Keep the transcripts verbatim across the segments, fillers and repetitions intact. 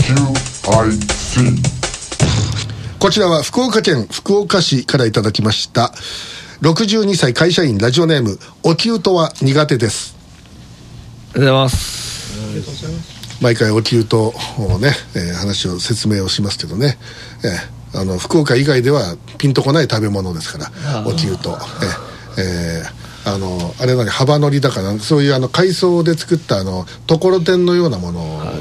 キューアイシー。 こちらは福岡県福岡市からいただきましたろくじゅうにさい会社員ラジオネームおきゅうとは苦手です。 ありがとうございます。 毎回おきゅうとをね、えー、話を説明をしますけどね、えー、あの福岡以外ではピンとこない食べ物ですからおきゅうと、えーえー、あのあれ何幅のりだからそういうあの海藻で作ったあのところてんのようなもので、はい、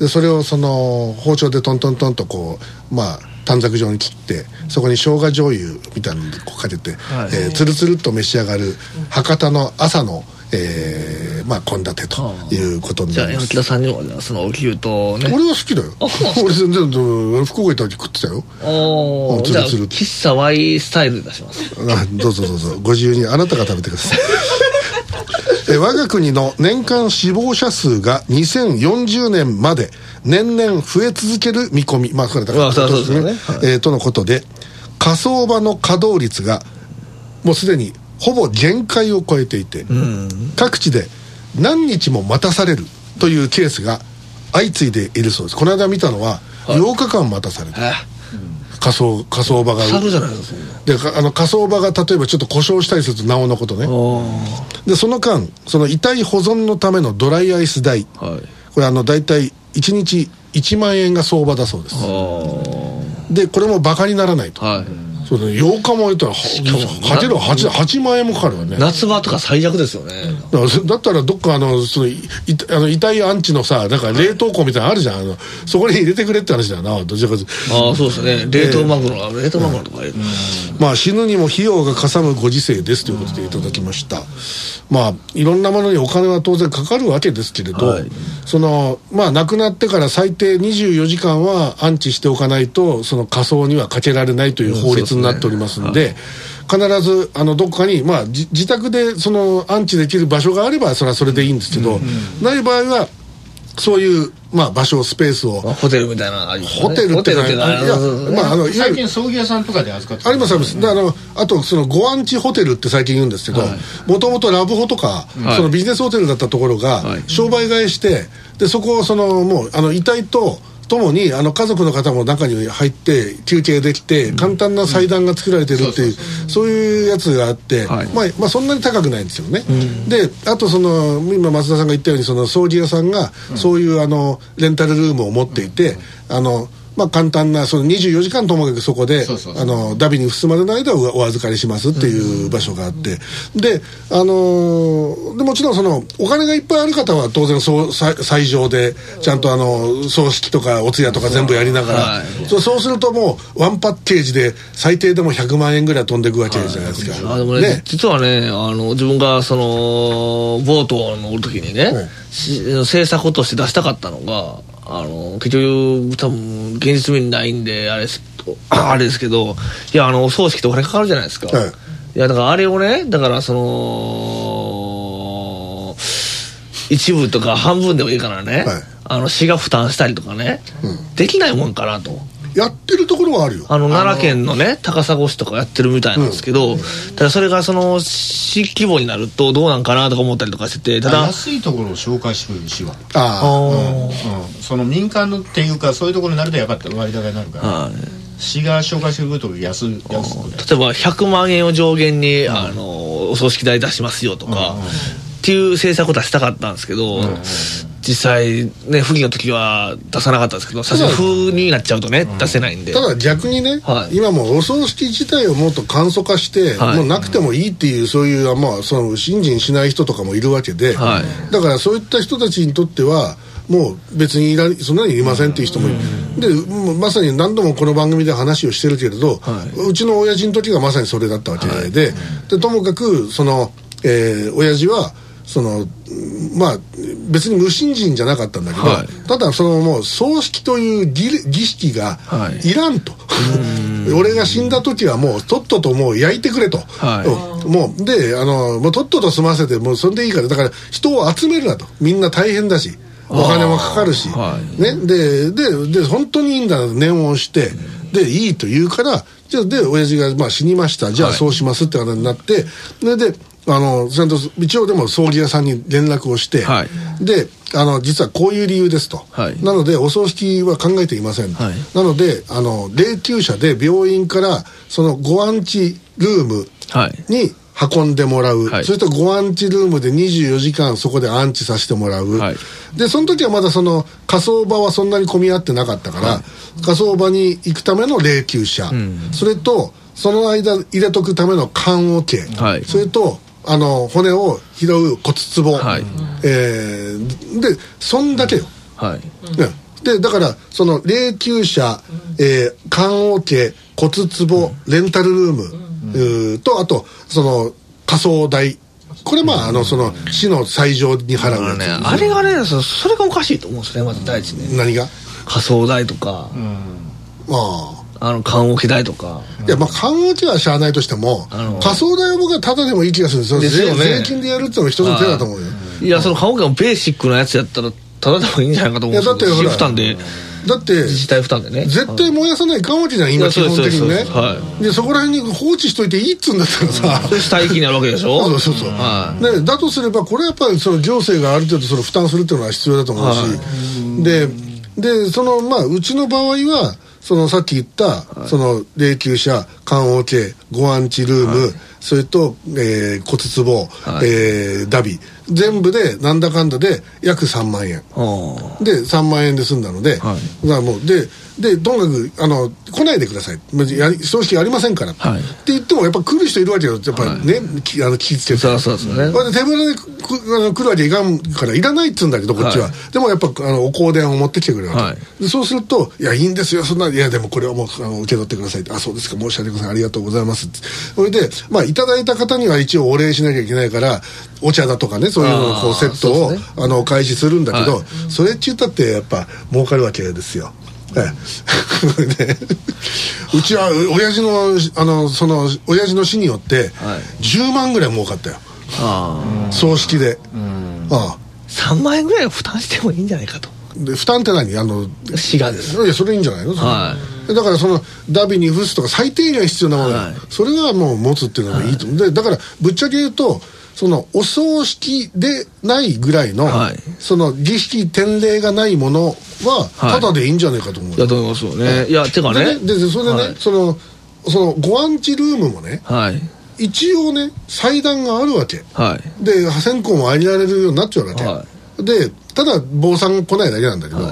でそれをその包丁でトントントンとこうまあ短冊状に切ってそこに生姜醤油みたいなのをかけて、はいえー、つるつるっと召し上がる博多の朝のえー、まあ献立ということになります。 じゃあ榎田さんにもそのおきゅうとね。 俺は好きだよ。俺全然福岡行った時食ってたよ。 おじゃあ喫茶 Y スタイル出します。 あどうぞどうぞご自由にあなたが食べてください。え我が国の年間死亡者数がにせんよんじゅうねんまで年々増え続ける見込み、まあこれだからそうですね、はいえー、とのことで火葬場の稼働率がもうすでにほぼ限界を超えていて、うん、各地で何日も待たされるというケースが相次いでいるそうです。この間見たのはようかかん待たされて、はい、火葬、火葬場が猿じゃないですか。 であの火葬場が例えばちょっと故障したりするとなおのことね。でその間その遺体保存のためのドライアイス代、はい、これあの大体いちにちいちまんえんが相場だそうです。でこれもバカにならないと、はいそうね、ようかも言ったらかける 8, 8万円もかかるよね。 夏場とか最悪ですよね。 だ, からだったらどっかあのそのいあの遺体安置のさなんか冷凍庫みたいなのあるじゃん。あのそこに入れてくれって話だよな。どちらかというとああそうですね。冷凍マグロ、えー、冷凍マグロとか、うん、 まあ死ぬにも費用がかさむご時世ですということでいただきました。まあいろんなものにお金は当然かかるわけですけれど、はい、そのまあ亡くなってから最低にじゅうよじかんは安置しておかないとその火葬にはかけられないという法律になっておりますので、必ずあのどこかに、まあ、自宅でその安置できる場所があればそれはそれでいいんですけど、うんうん、ない場合はそういう、まあ、場所スペースをホテルみたいなのありますね。 ホテルってのは、まあ、あの最近葬儀屋さんとかで預かってありますあります。であのあとそのご安置ホテルって最近言うんですけどもともとラブホとか、はい、そのビジネスホテルだったところが商売替えしてでそこをそのもうあの遺体とともにあの家族の方も中に入って休憩できて簡単な祭壇が作られてるっていうそういうやつがあって、はいまあまあ、そんなに高くないんですよね、うん、であとその今松田さんが言ったようにその葬儀屋さんがそういうあのレンタルルームを持っていて、うん、あのまあ、簡単なそのにじゅうよじかんともかくそこであのダビに進まれる間はお預かりしますっていう場所があって、うん、であのー、でもちろんそのお金がいっぱいある方は当然そう斎場でちゃんとあの葬式とかお通夜とか全部やりながら、はい、そう、そうするともうワンパッケージで最低でもひゃくまんえんぐらい飛んでいくわけじゃないですか、 はい、あでもね、ね実はねあの自分がそのボートの時にね、うん、制作として出したかったのがあの結局多分現実味ないんであれですあれですけどいやあのお葬式ってお金かかるじゃないですか、はい、いやだからあれをねだからその一部とか半分でもいいからね、はい、あの市が負担したりとかね、うん、できないもんかなとやってるところはあるよ。 あの奈良県のね高砂市とかやってるみたいなんですけど、うん、ただそれがその市規模になるとどうなんかなとか思ったりとかしててただ安いところを紹介してくれる市はああ、うんうん、その民間のっていうかそういうところになるとやっぱり割高になるから、はい、市が紹介してくれると安い例えばひゃくまんえんを上限に、うん、あのお葬式代出しますよとか、うんうん、っていう政策を出したかったんですけど、うんうん実際ね不義の時は出さなかったんですけどさすが風になっちゃうとね、うん、出せないんでただ逆にね、はい、今もうお葬式自体をもっと簡素化して、はい、もうなくてもいいっていうそういうまあその信心しない人とかもいるわけで、はい、だからそういった人たちにとってはもう別にいらそんなにいりませんっていう人もいる、うん、でまさに何度もこの番組で話をしてるけれど、はい、うちの親父の時がまさにそれだったわけで、はい、でともかくその、えー、親父はそのまあ別に無信心じゃなかったんだけど、はい、ただそのもう葬式という儀、儀式がいらんと、はい、俺が死んだ時はもうとっとともう焼いてくれと、はい、もうであのもうとっとと済ませてもうそれでいいからだから人を集めるなとみんな大変だしお金もかかるし、はいね、ででで本当にいいんだ念を押してでいいと言うからじゃあで親父がまあ死にましたじゃあそうしますって話になって、はい、でであのちゃんと一応でも葬儀屋さんに連絡をして、はい、であの実はこういう理由ですと、はい、なのでお葬式は考えていません、はい、なのであの霊柩車で病院からそのご安置ルームに運んでもらう、はい、それとご安置ルームでにじゅうよじかんそこで安置させてもらう、はい、でその時はまだその火葬場はそんなに混み合ってなかったから、はい、火葬場に行くための霊柩車、うん、それとその間入れとくための棺桶、はい、それとあの骨を拾う骨壺、はい、えー、でそんだけよ、はい、ね、でだからその霊柩車、えー、棺桶、骨壺、レンタルルーム、うん、とあとその火葬代、これまああのその死の最上に払うやつ、 ね、あれがね、それがおかしいと思うんですね、まず第一ね。 何が？ 火葬代とか、うん、まああの棺桶代とか、 いやまあ棺桶はしゃあないとしても、火葬代は僕はただでもいい気がするんですよ。ですよね、税金でやるっていうのが一つの手だと思うよ。 いやその棺桶もベーシックなやつやったらただでもいいんじゃないかと思うんですけど、市負担で、 だって自治体負担でね、 絶対燃やさないかんわけじゃん今基本的にね。はい、でそこら辺に放置しといていいっつうんだったらさ、 それ死体遺棄になるわけでしょ。 そうそうそう、はい、ね、だとすればこれやっぱりその行政がある程度その負担するっていうのは必要だと思うし、はい、ででそのまあうちの場合はそのさっき言った、はい、その霊柩車、棺桶、ご安置ルーム、はい、それと、えー、骨壺、はい、えー、ダビ全部でなんだかんだで約さんまんえんでさんまんえんで済んだので、はい、まあもうででとにかくあの来ないでください、やり葬式ありませんから、はい、って言ってもやっぱ来る人いるわけよ、やっぱりね、はい、あの聞きつけて、 そうそうですね、 これで手ぶらであの来るわけいかんからいらないっつうんだけどこっちは、はい、でもやっぱあのお香典を持ってきてくれるわけ、はい、でそうするといやいいんですよそんな、いやでもこれをもうあの受け取ってくださいって、あそうですか申し訳ございませんありがとうございますって、それでまあいただいた方には一応お礼しなきゃいけないからお茶だとかねそういうのをこうセットを、ね、あのお返しするんだけど、はい、それっちゅったってやっぱ儲かるわけですよ。ええ、でうちは親父のあのその親父の死によってじゅうまんぐらい儲かったよ、はい、葬式で、うん、ああさんまんえんぐらいは負担してもいいんじゃないかと。 で負担って何？あの死がです。 いやそれいいんじゃないの、はい、だからそのダビに付すとか最低限必要なもの、はい、それはもう持つっていうのがいいと思う、はい、でだからぶっちゃけ言うとそのお葬式でないぐらいの、はい、その儀式典礼がないものはただでいいんじゃないかと思う、 はい、いやと思いますよね。いやてかね、 ででそれでね、はい、そのそのご安置ルームもね、はい、一応ね祭壇があるわけ、はい、で破線香もあげられるようになっちゃうわけ、はい、でただ坊さん来ないだけなんだけど、はい、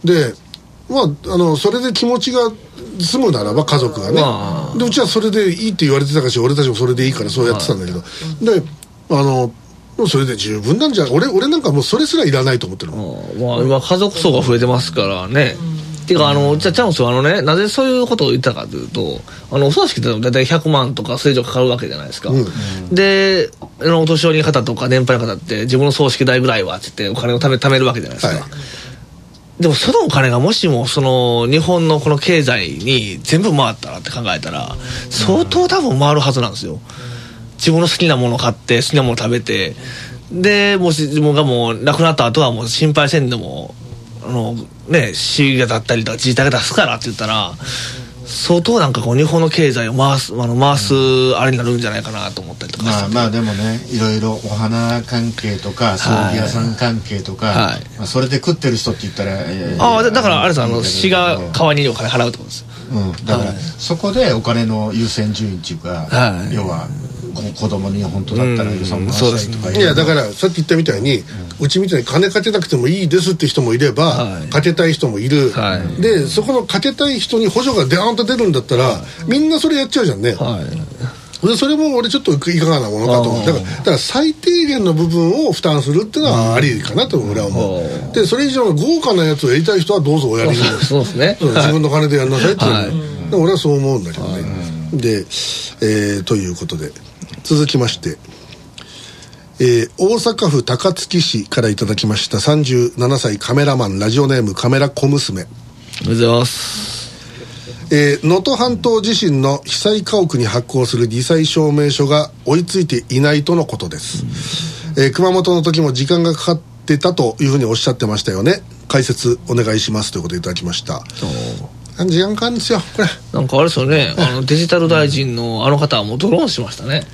でまああのそれで気持ちが済むならば家族がね、まあ、でうちはそれでいいって言われてたかし俺たちもそれでいいからそうやってたんだけど、はい、であのもうそれで十分なんじゃ俺俺なんかもうそれすらいらないと思ってるの。 まあ今家族層が増えてますからね、うん、ていうかあのじゃあチャンスはあのねなぜそういうことを言ったかというとあのお葬式って大体ひゃくまんとかそれ以上かかるわけじゃないですか、うん、であのお年寄りの方とか年配の方って自分の葬式代ぐらいはって言ってお金をため、貯めるわけじゃないですか、はい、でもそのお金がもしもその日本のこの経済に全部回ったらって考えたら相当多分回るはずなんですよ。自分の好きなものを買って好きなものを食べてでもし自分がもう亡くなった後はもう心配せんでもあのね市がだったりとか自治体が出すからって言ったら相当なんかこう日本の経済を回すあの回すあれになるんじゃないかなと思ったりとか、 まあまあでもねいろいろお花関係とか葬儀屋さん関係とか、はい、まあ、それで食ってる人って言ったらああだからあれさんあの市が代わりにお金払うってことですよ、 うん、だから、はい、そこでお金の優先順位っていうか、はい、要は子供に本当だったら予算回したりとか、 いやだからさっき言ったみたいに、うん、うちみたいに金かけなくてもいいですって人もいれば、はい、かけたい人もいる、はい、でそこのかけたい人に補助がデーンと出るんだったら、はい、みんなそれやっちゃうじゃんね、はい、でそれも俺ちょっといかがなものかと思う。だから、だから最低限の部分を負担するっていうのはありかなと俺は思う。でそれ以上の豪華なやつをやりたい人はどうぞおやりになる。 そうですね、 自分の金でやんなさいっていう、はい、で俺はそう思うんだけどね、はい、で、えー、ということで続きまして、えー、大阪府高槻市からいただきましたさんじゅうななさいカメラマンラジオネームカメラ小娘。 おはようございます。 能登、えー、半島地震の被災家屋に発行する罹災証明書が追いついていないとのことです、うんえー、熊本の時も時間がかかってたというふうにおっしゃってましたよね。解説お願いしますということでいただきました。時間かかるんですよこれ。 なんかあれですよねあのデジタル大臣のあの方はもうドローンしましたね。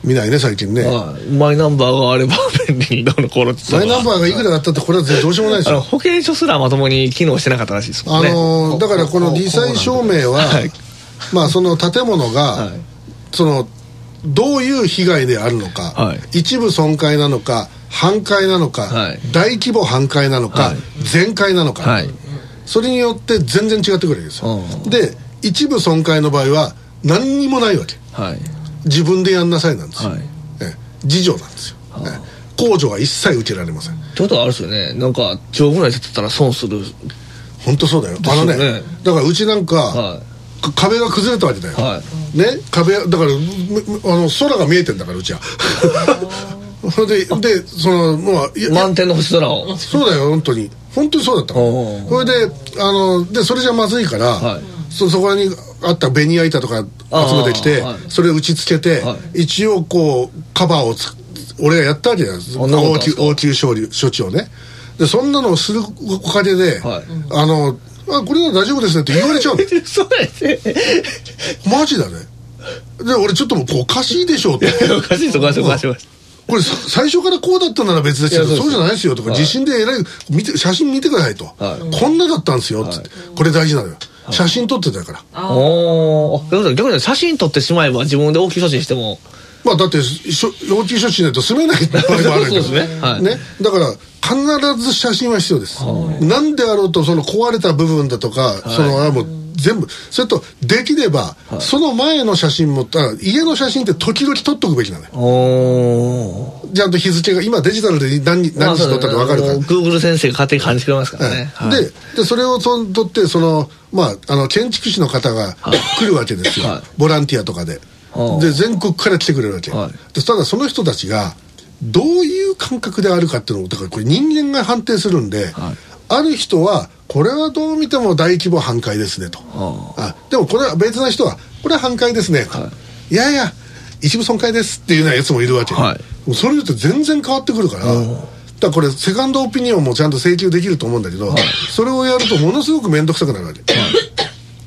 見ないね最近ね、 はい、マイナンバーがあれば便利にどうのこうのってマイナンバーがいくらだったってこれはどうしようもないですよ。 保険証すらまともに機能してなかったらしいですもんね。 あのー、だからこの罹災証明は、はい、まあその建物が、はい、そのどういう被害であるのか、はい、一部損壊なのか半壊なのか、はい、大規模半壊なのか、はい、全壊なのか、はい、それによって全然違ってくるわけですよ。で一部損壊の場合は何にもないわけ、はい、自分でやんなさいなんですよ、はい、え自助なんですよ、はい、控除は一切受けられません。 ってことはあるですよね、なんか丈夫なやつだったら損する。 本当そうだよ、あのね、だからうちなんか、はい、壁が崩れたわけだよ、はい、ね、壁だからあの空が見えてんだからうちはそれででそのもう満天の星空をそうだよ本当に本当にそうだったの。それであのでそれじゃまずいから、はい、そ, そこにあったベニヤ板とか集めてきて、はい、それを打ち付けて、はい、一応こうカバーをつ俺がやったわけだよ、応急応急処理処置をね。でそんなのをするおかげで、はい、あのあこれは大丈夫ですねって言われちゃうのそうですねマジだね。で俺ちょっともうおかしいでしょっておかしいですおかしいおかしいこれ最初からこうだったなら別ですけどそうじゃないですよとか、はい、地震でえらい見て写真見てくださいと、はい、こんなだったんですよっつって、はい、これ大事なのよ、はい、写真撮ってたから。ああ逆に写真撮ってしまえば自分で応急処置してもまあだって応急処置しないと住めない場合もあるけどそうですね、はい、ねだから必ず写真は必要です、はい、なんであろうとその壊れた部分だとか、はい、そのあもう全部それとできれば、はい、その前の写真も家の写真って時々撮っとくべきなのよ。ちゃんと日付が今デジタルで何日何日撮ったって分かるから、まあ、 Google 先生が勝手に感じてくれますからね、 はいはい、で, でそれを撮ってその、まあ、あの建築士の方が来るわけですよ、はい、ボランティアとかでで全国から来てくれるわけ、はい、でただその人たちがどういう感覚であるかっていうのをだからこれ人間が判定するんで、はい、ある人はこれはどう見ても大規模半壊ですねと、あでもこれは別な人はこれは半壊ですねと、はい、いやいや一部損壊ですっていうようなやつもいるわけ、はい、もうそれによって全然変わってくるから、だからこれセカンドオピニオンもちゃんと請求できると思うんだけど、はい、それをやるとものすごく面倒くさくなるわけ、はい、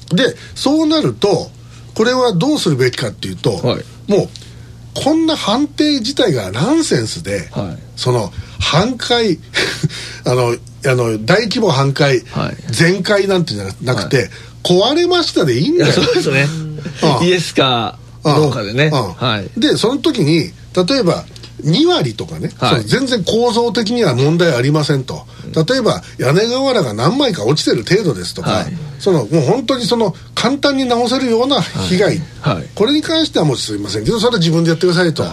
でそうなるとこれはどうするべきかっていうと、はい、もうこんな判定自体がナンセンスで、はい、その半壊あのあの大規模半壊、はい、全壊なんてじゃなくて、はい、壊れましたでいいんだよ。 そうですねイエスかノーかでね、はい、 でその時に例えばに割とかね、はい、その全然構造的には問題ありませんと、例えば屋根瓦が何枚か落ちてる程度ですとか、はい、そのもう本当にその簡単に直せるような被害、はいはい、これに関してはもうすいませんけどそれは自分でやってくださいと、はい、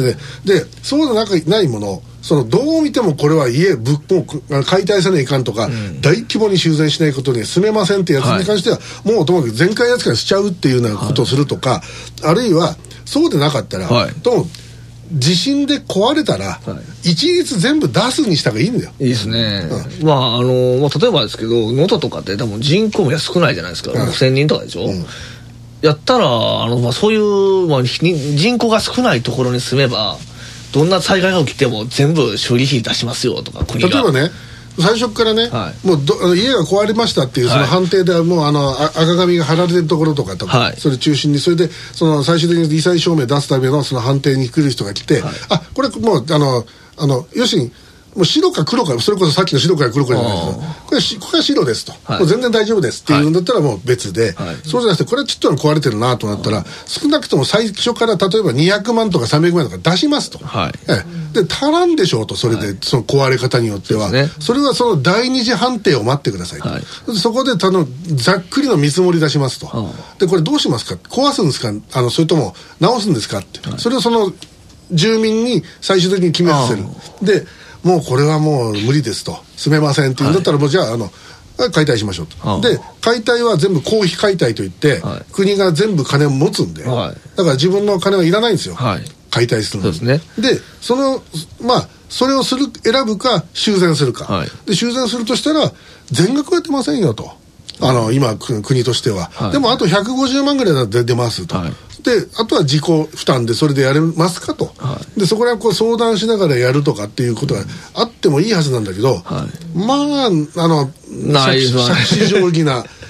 で, でそうでないものそのどう見てもこれは家ぶっもう解体せないかんとか、うん、大規模に修繕しないことに住めませんってやつに関しては、はい、もうともかく全壊扱いしちゃうっていうようなことをするとか、はい、あるいはそうでなかったら、はい、と地震で壊れたら、はい、一律全部出すにした方がいいんだよ。 いいですね、うん、まああの、まあ、例えばですけど能登とかって多分人口も少ないじゃないですか、うん、ろくせんにんとかでしょ、うん、やったらあの、まあ、そういう、まあ、人口が少ないところに住めばどんな災害が起きても全部修理費出しますよとか国が例えばね最初からね、はい、もうどあの家が壊れましたっていうその判定ではもうあのあ赤紙が貼られてるところとかとか、はい、それ中心にそれでその最終的に罹災証明出すためのその判定に来る人が来て、はい、あこれもうあのあの要するにもう白か黒かそれこそさっきの白か黒かじゃないですかこれこれは白ですと、はい、もう全然大丈夫ですっていうんだったらもう別で、はい、そうじゃなくてこれはちょっと壊れてるなとなったら、はい、少なくとも最初から例えばにひゃくまんとかさんびゃくまんとか出しますと、はいえで足らんでしょうとそれで、はい、その壊れ方によっては そ,、ね、それはその第二次判定を待ってくださいと、はい、そこでたのざっくりの見積もり出しますと、はい、でこれどうしますか壊すんですかあのそれとも直すんですかって、はい、それをその住民に最終的に決めさせるでもうこれはもう無理ですと住めませんって言うんだったら、はい、もうじゃああの解体しましょうとで解体は全部公費解体といって、はい、国が全部金を持つんで、はい、だから自分の金はいらないんですよ、はい、解体するのに。そうですね。でそのまあそれをする選ぶか修繕するか、はい、で修繕するとしたら全額はやってませんよとあの今国としては、はい、でもあとひゃくごじゅうまんぐらいだって出ますと、はい、であとは自己負担でそれでやれますかと、はい、でそこらこう相談しながらやるとかっていうことがあってもいいはずなんだけど、はい、まああのない杓子定規な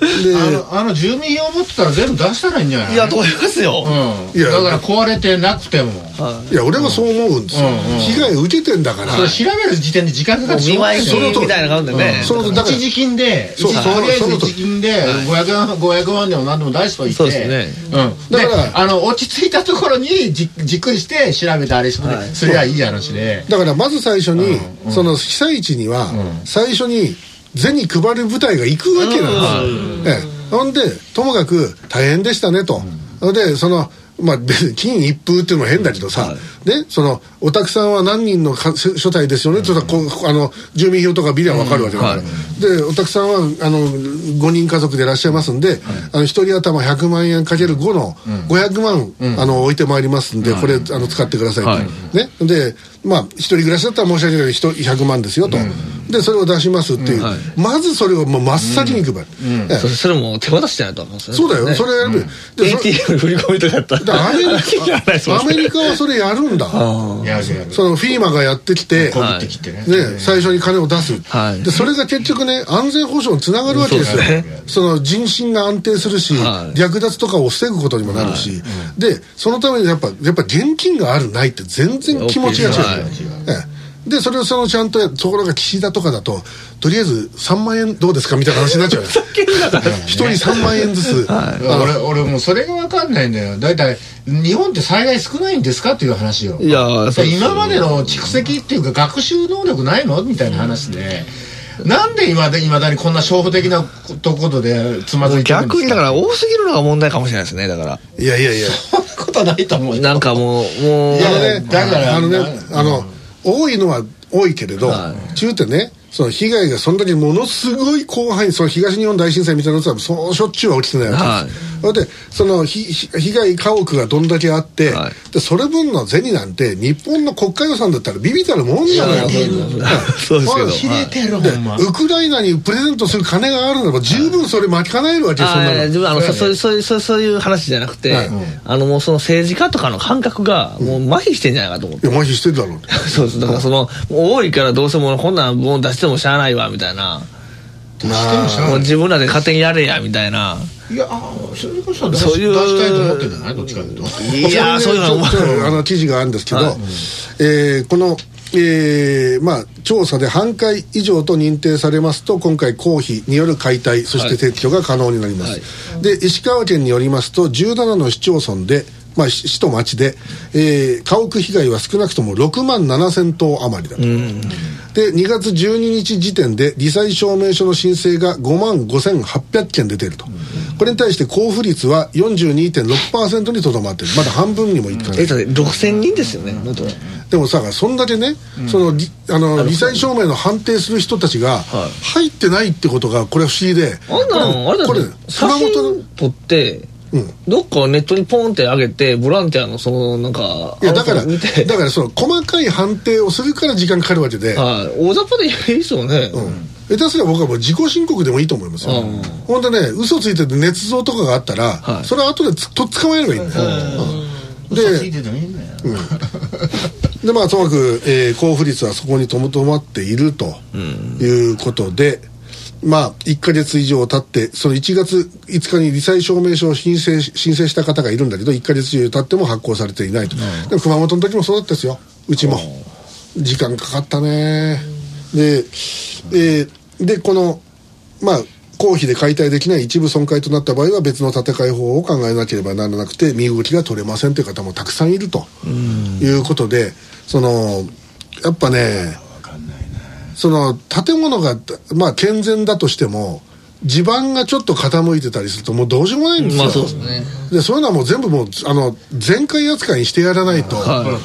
であの、あの住民票持ってたら全部出したらいいんじゃない？ いやと思いますよ、 うん、いやだから壊れてなくても、 いや俺もそう思うんですよ、うんうん、被害を受けてんだから。 それ調べる時点で時間かかってしょうがない見舞い金みたいな感じでね、 そのとだから一時金でとりあえず一時金でごひゃくまんごひゃくまんでも何でも出しといて、 そうですね、 うん、だからあの落ち着いたところにじじっくりして調べてあれすりゃいい話で、 だからまず最初に、うん、その被災地には最初に銭配る部隊が行くわけなんですよ、ええ、ほんでともかく大変でしたねと、うん、でそのまあ金一封っていうのも変だけどさ、はい、ね、そのお宅さんは何人の所帯ですよねって言ったら、こあの住民票とかビリは分かるわけだから、うん、はい、でお宅さんはあのごにん家族でいらっしゃいますんで、はい、あのひとり頭ひゃくまんえんかけるごのごひゃくまん、うん、あの置いてまいりますんで、うん、これあの使ってくださいと、はい、ね、でまあ一人暮らしだったら申し訳ないけどひゃくまんですよと、うん、でそれを出しますっていう、うん、はい、まずそれをもう真っ先に配る、うんうん、ええ、そ, それも手渡しじゃないと思うんですよね。 そうだよ、それやる、うん、 で エーティーエム 振り込みとかやったらアメリカアメリカはそれやるんだ。 やるやる。 そのフィーマがやってきて、 はい、てね、 ね、最初に金を出す、はい、でそれが結局ね安全保障につながるわけですよ。 そ, ね、その人心が安定するし、はい、略奪とかを防ぐことにもなるし、はい、うん、でそのためにやっぱやっぱ現金があるないって全然気持ちが違う、はい、ええ、でそれをそのちゃんとやところが岸田とかだととりあえずさんまんえんどうですかみたいな話になっちゃうよひとりさんまんえんずつ、 はい、俺, 俺もうそれが分かんないんだよ。だいたい日本って災害少ないんですかっていう話よ。 いや今までの蓄積っていうか学習能力ないのみたいな話で、うん、なんで今で今だにこんな初歩的なところでつまずいてるんですか。 逆にだから多すぎるのが問題かもしれないですね。だからいやいやいやそんなことないと思うよ。 なんかもうもういや、ね、だからあのねあの、うん、多いのは多いけれど、はい、中ってねその被害がそんなにものすごい広範囲、その東日本大震災みたいなやつはそうしょっちゅうは起きてないわけです、はい、でそのひ被害家屋がどんだけあって、はい、でそれ分の銭なんて日本の国家予算だったらビビたるもんじゃない。 そうですけど、 ひれてる、 でウクライナにプレゼントする金があるならば十分それ巻きかなえるわけ、はい、そんなの自分あの、はい、そうそうそうそういう話じゃなくて、はい、あのもうその政治家とかの感覚がもう麻痺してんじゃないかと思って、 うん、いや麻痺してるだろうねそうです。だからその多いからどうせもうこんなんもう出してもしゃあないわみたいな、もう自分らで勝手にやれやみたいな。 いやそれこそ出し、そういう出したいと思ってるんじゃない？どっちかというといやそういうのあの記事があるんですけど、はい、えー、この、えーまあ、調査で半壊以上と認定されますと今回公費による解体そして撤去が可能になります、はい、で石川県によりますとじゅうななの市町村でまあ、市と町で、えー、家屋被害は少なくともろくまんななせんとう余りだと、うん、でにがつじゅうににち時点で罹災証明書の申請がごまんごせんはっぴゃくけん出ていると、うん、これに対して交付率は よんじゅうにてんろくパーセント にとどまっている。まだ半分にもいかない、 うん、えろくせんにんですよね、うん、 でもさそんだけね、うん、そのあの罹災証明の判定する人たちが入ってないってことがこれは不思議で、 あんなのあれだね、写真撮ってうん、どっかネットにポンって上げてボランティアのそのなんかいやだからだからその細かい判定をするから時間かかるわけで、 はい、大雑把でいいですよね、 うん、下手すれば僕はもう自己申告でもいいと思いますよ、うん、ほんとね嘘ついてて捏造とかがあったら、はい、それは後でつとっ捕まえればいいんだよ、うん、で嘘ついててもいいんだよ、うん、でまあともかく、えー、交付率はそこにとどまっているということで、まあ、いっかげつ以上経ってそのいちがついつかに罹災証明書を申請申請した方がいるんだけどいっかげつ以上経っても発行されていないと、うん、でも熊本の時もそうだったですよ。うちも時間かかったね。で、えー、でこのまあ公費で解体できない一部損壊となった場合は別の建て替え法を考えなければならなくて身動きが取れませんという方もたくさんいるということで、そのやっぱねその建物が、まあ、健全だとしても地盤がちょっと傾いてたりするともうどうしようもないんですよ、まあそうですね、でそういうのはもう全部もうあの全壊扱いにしてやらないと、はい、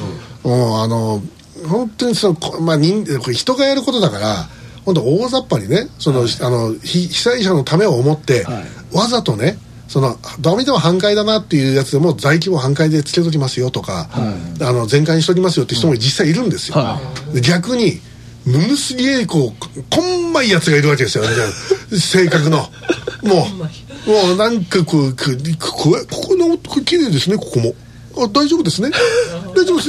もうあの本当にその、まあ、人これ人がやることだから本当大雑把にねその、はい、あの被災者のためを思って、はい、わざとねそのどう見ても半壊だなっていうやつでも在庫を半壊でつけときますよとか、はい、あの全壊にしときますよって人も実際いるんですよ、はい、で逆にものすげえこうこんまいやつがいるわけですよ性格のもうもうなんかこうここここの綺麗ですねここもあ大丈夫ですね大丈夫です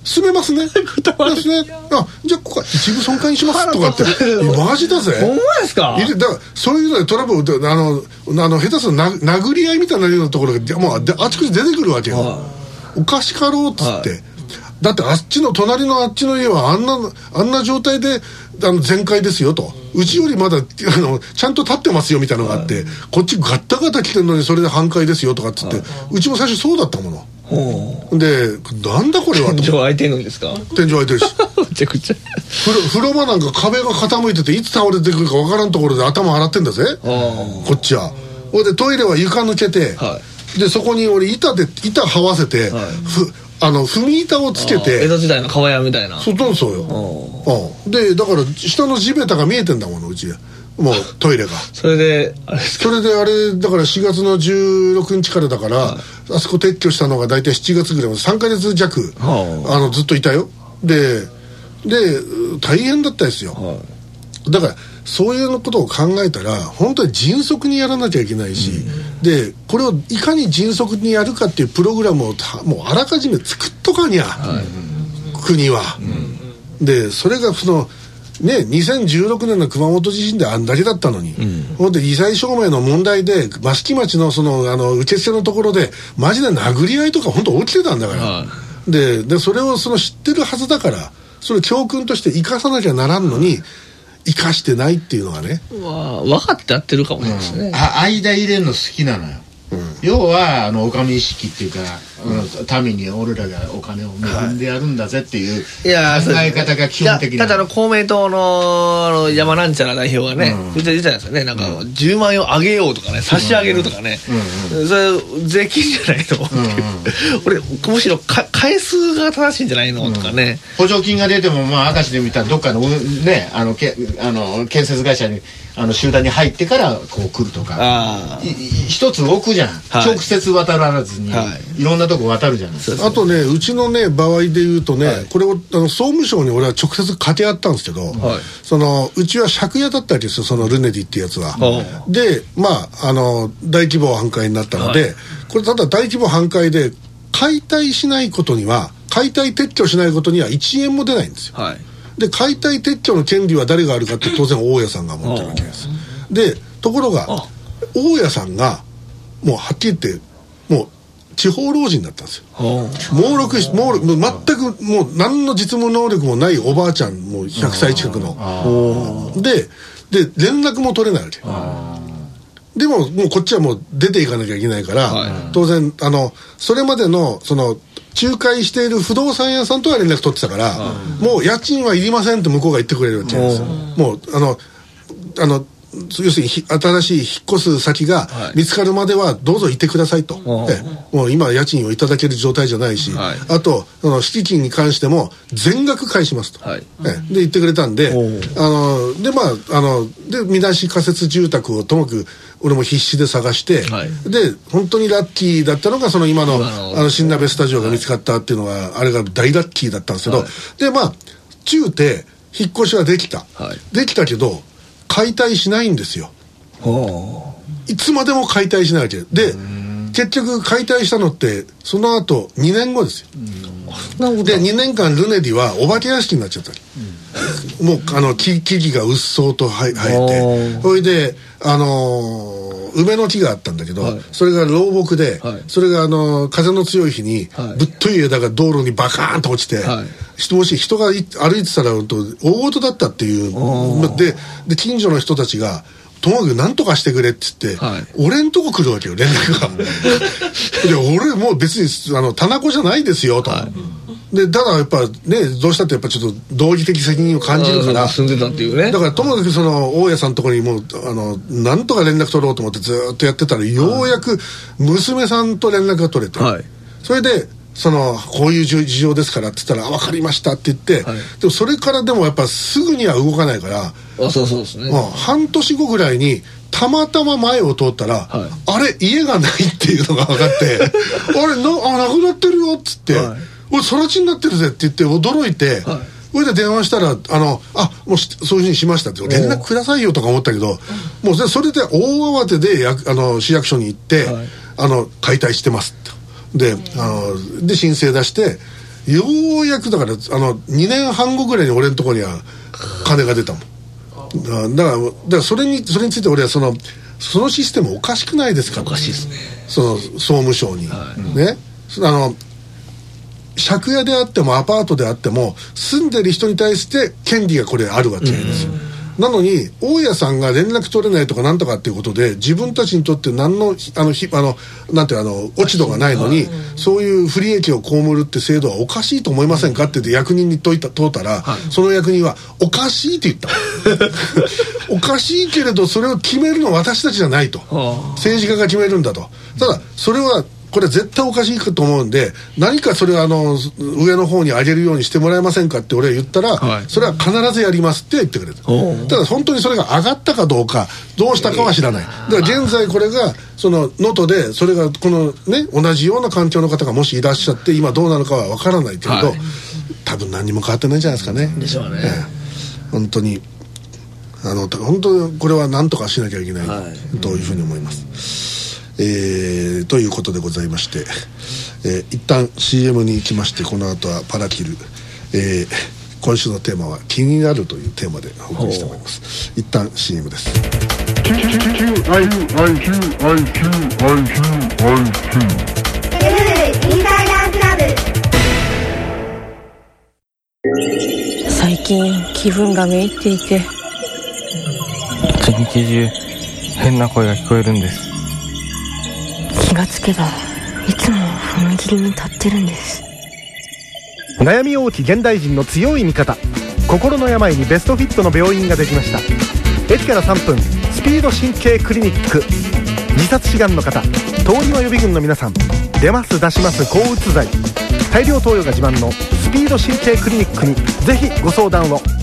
住めますねですね。あ、じゃあここは一部損壊にしますとかってマジだぜ。 ほんまですか。 だからそういうのでトラブル、あのあの下手すると殴り合いみたいなようなところがもうあちこち出てくるわけよ、はい、おかしかろうっつって、はい、だってあっちの隣のあっちの家はあんなあんな状態であの全壊ですよと、うちよりまだあのちゃんと立ってますよみたいなのがあって、はい、こっちガッタガタ来てるのにそれで半壊ですよとかっつって、はい、うちも最初そうだったもので、なんだこれはと。 天井開いてるんですか。 天井開いてるしめちゃくちゃ風呂場なんか壁が傾いてていつ倒れてくるかわからんところで頭洗ってんだぜこっちは。ほいでトイレは床抜けて、はい、でそこに俺板で板這わせて、はい、ふあの踏み板をつけて、 江戸時代の川屋みたいな。 そうそうよ。でだから下の地べたが見えてんだものうちもうトイレがそれであれですか。 それであれだからしがつのじゅうろくにちからだから、はい、あそこ撤去したのが大体しちがつぐらいまでさんかげつ弱、はあ、あのずっといたよ。でで大変だったですよ、はい、だからそういうことを考えたら本当に迅速にやらなきゃいけないし、うん、でこれをいかに迅速にやるかっていうプログラムをもうあらかじめ作っとかにゃ、はい、国は、うん、でそれがそのね、にせんじゅうろくねんの熊本地震であんだけだったのに、うん、ほんで罹災証明の問題で益城町のそのあの受付のところでマジで殴り合いとか本当起きてたんだから、はい、で, でそれをその知ってるはずだからそれを教訓として生かさなきゃならんのに生かしてないっていうのがね、 まあ、分かってやってるかもしれないですね、 うん、あ間入れるの好きなのよ、うん、要はあのお上意識っていうか、うん、民に俺らがお金を恵んでやるんだぜっていう考え方が基本的な。 ただあの公明党 の, あの山なんちゃら代表がね、うん、言ってたんですよね。なんかじゅうまんえんをあげようとかね、差し上げるとかね、うんうん、それ税金じゃないの、うんうん、俺むしろか返すが正しいんじゃないの、うん、とかね。 補助金が出てもまあ明石で見たらどっかのねあのけあの建設会社にあの集団に入ってからこう来るとか、あ一つ置くじゃん、はい、直接渡らずに、はい、いろんなとこ渡るじゃないですか。 あとねうちのね場合で言うとね、はい、これをあの総務省に俺は直接掛け合ったんですけど、はい、そのうちは借家だったわけですよ、そのルネディってやつは、はい、でまああの大規模半壊になったので、はい、これただ大規模半壊で解体しないことには解体撤去しないことにはいちえんも出ないんですよ、はい、で解体撤去の権利は誰があるかって当然大家さんが持ってるわけです。でところが大家さんがもうはっきり言ってもう地方老人だったんですよ。猛録し猛録全くもう何の実務能力もないおばあちゃんもうひゃくさい近くのでで連絡も取れないわけ。でももうこっちはもう出ていかなきゃいけないから、はい、当然あのそれまでのその仲介している不動産屋さんとは連絡取ってたから、うん、もう家賃はいりませんって向こうが言ってくれるわけですよ。もうあのあの要するに新しい引っ越す先が見つかるまではどうぞいてくださいと、はい、えもう今家賃をいただける状態じゃないし、はい、あとその敷金に関しても全額返しますと、はい、えで言ってくれたんで、あのでまああので見出し仮設住宅をともかく俺も必死で探して、はい、で本当にラッキーだったのがその今のあの新鍋スタジオが見つかったっていうのが、はい、あれが大ラッキーだったんですけど、はい、でまあ中で引っ越しはできた、はい、できたけど解体しないんですよ。いつまでも解体しないわけで、結局解体したのってその後にねんごですよ。でにねんかんルネディはお化け屋敷になっちゃったわけ。もうあの木々がうっそうと生えて、それであのー、梅の木があったんだけど、はい、それが老木で、はい、それがあのー、風の強い日に、はい、ぶっとい枝が道路にバカーンと落ちて、はい、もし人が歩いてたら大事だったっていうで、で近所の人たちがともかく何とかしてくれって言って、はい、俺んとこ来るわけよ連絡がで俺もう別にあの棚子じゃないですよと、はい、でただやっぱねどうしたってやっぱちょっと道義的責任を感じるから住んでたっていうね。 だからともかくその大家さんのところにもうあの何とか連絡取ろうと思ってずっとやってたらようやく娘さんと連絡が取れて、はい、それでそのこういう事情ですからって言ったら分かりましたって言って、はい、でもそれからでもやっぱすぐには動かないから、 あそうそうですね、 まあ、半年後ぐらいにたまたま前を通ったら、はい、あれ家がないっていうのが分かってあれなあなくなってるよっつって、はい、俺更地になってるぜって言って驚いて、はい、それで電話したらあのあもうそういうふうにしましたって連絡くださいよとか思ったけど、もうそれで大慌てでやあの市役所に行って、はい、あの解体してますってで、あので申請出してようやくだからあのにねんはんごぐらいに俺のところには金が出たもん。だから、だからそれにそれについて俺はそのそのシステムおかしくないですか。 おかしいですね。 その総務省に、はい、ね、あの借家であってもアパートであっても住んでる人に対して権利がこれあるわけですよ。なのに大家さんが連絡取れないとかなんとかっていうことで自分たちにとって何のあのひあのなんていうあの落ち度がないのに、そういう不利益を被るって制度はおかしいと思いませんかって言って役人に問いた問うたら、はい、その役人はおかしいって言ったおかしいけれどそれを決めるのは私たちじゃないと、政治家が決めるんだと。ただそれはこれ絶対おかしいと思うんで何かそれをあの上の方に上げるようにしてもらえませんかって俺は言ったら、はい、それは必ずやりますって言ってくれた。ただ本当にそれが上がったかどうかどうしたかは知らない。だから現在これがその能登でそれがこのね同じような環境の方がもしいらっしゃって今どうなのかは分からないけれど、はい、多分何も変わってないんじゃないですかね。 でしょうね、ええ、本当にあの本当にこれは何とかしなきゃいけない、はい、というふうに思います。えー、ということでございまして、えー、一旦 シーエム に行きましてこの後はパラキル、えー、今週のテーマは気になるというテーマでお送りしてまいります。一旦 シーエム です。 最近気分がめいっていて一日中変な声が聞こえるんです。 気がつけばいつも踏切に立ってるんです。 悩み多き現代人の強い味方、心の病にベストフィットの病院ができました。駅からさんぷんスピード神経クリニック。自殺志願の方、通りの予備軍の皆さん、出ます出します抗うつ剤、大量投与が自慢のスピード神経クリニックにぜひご相談を。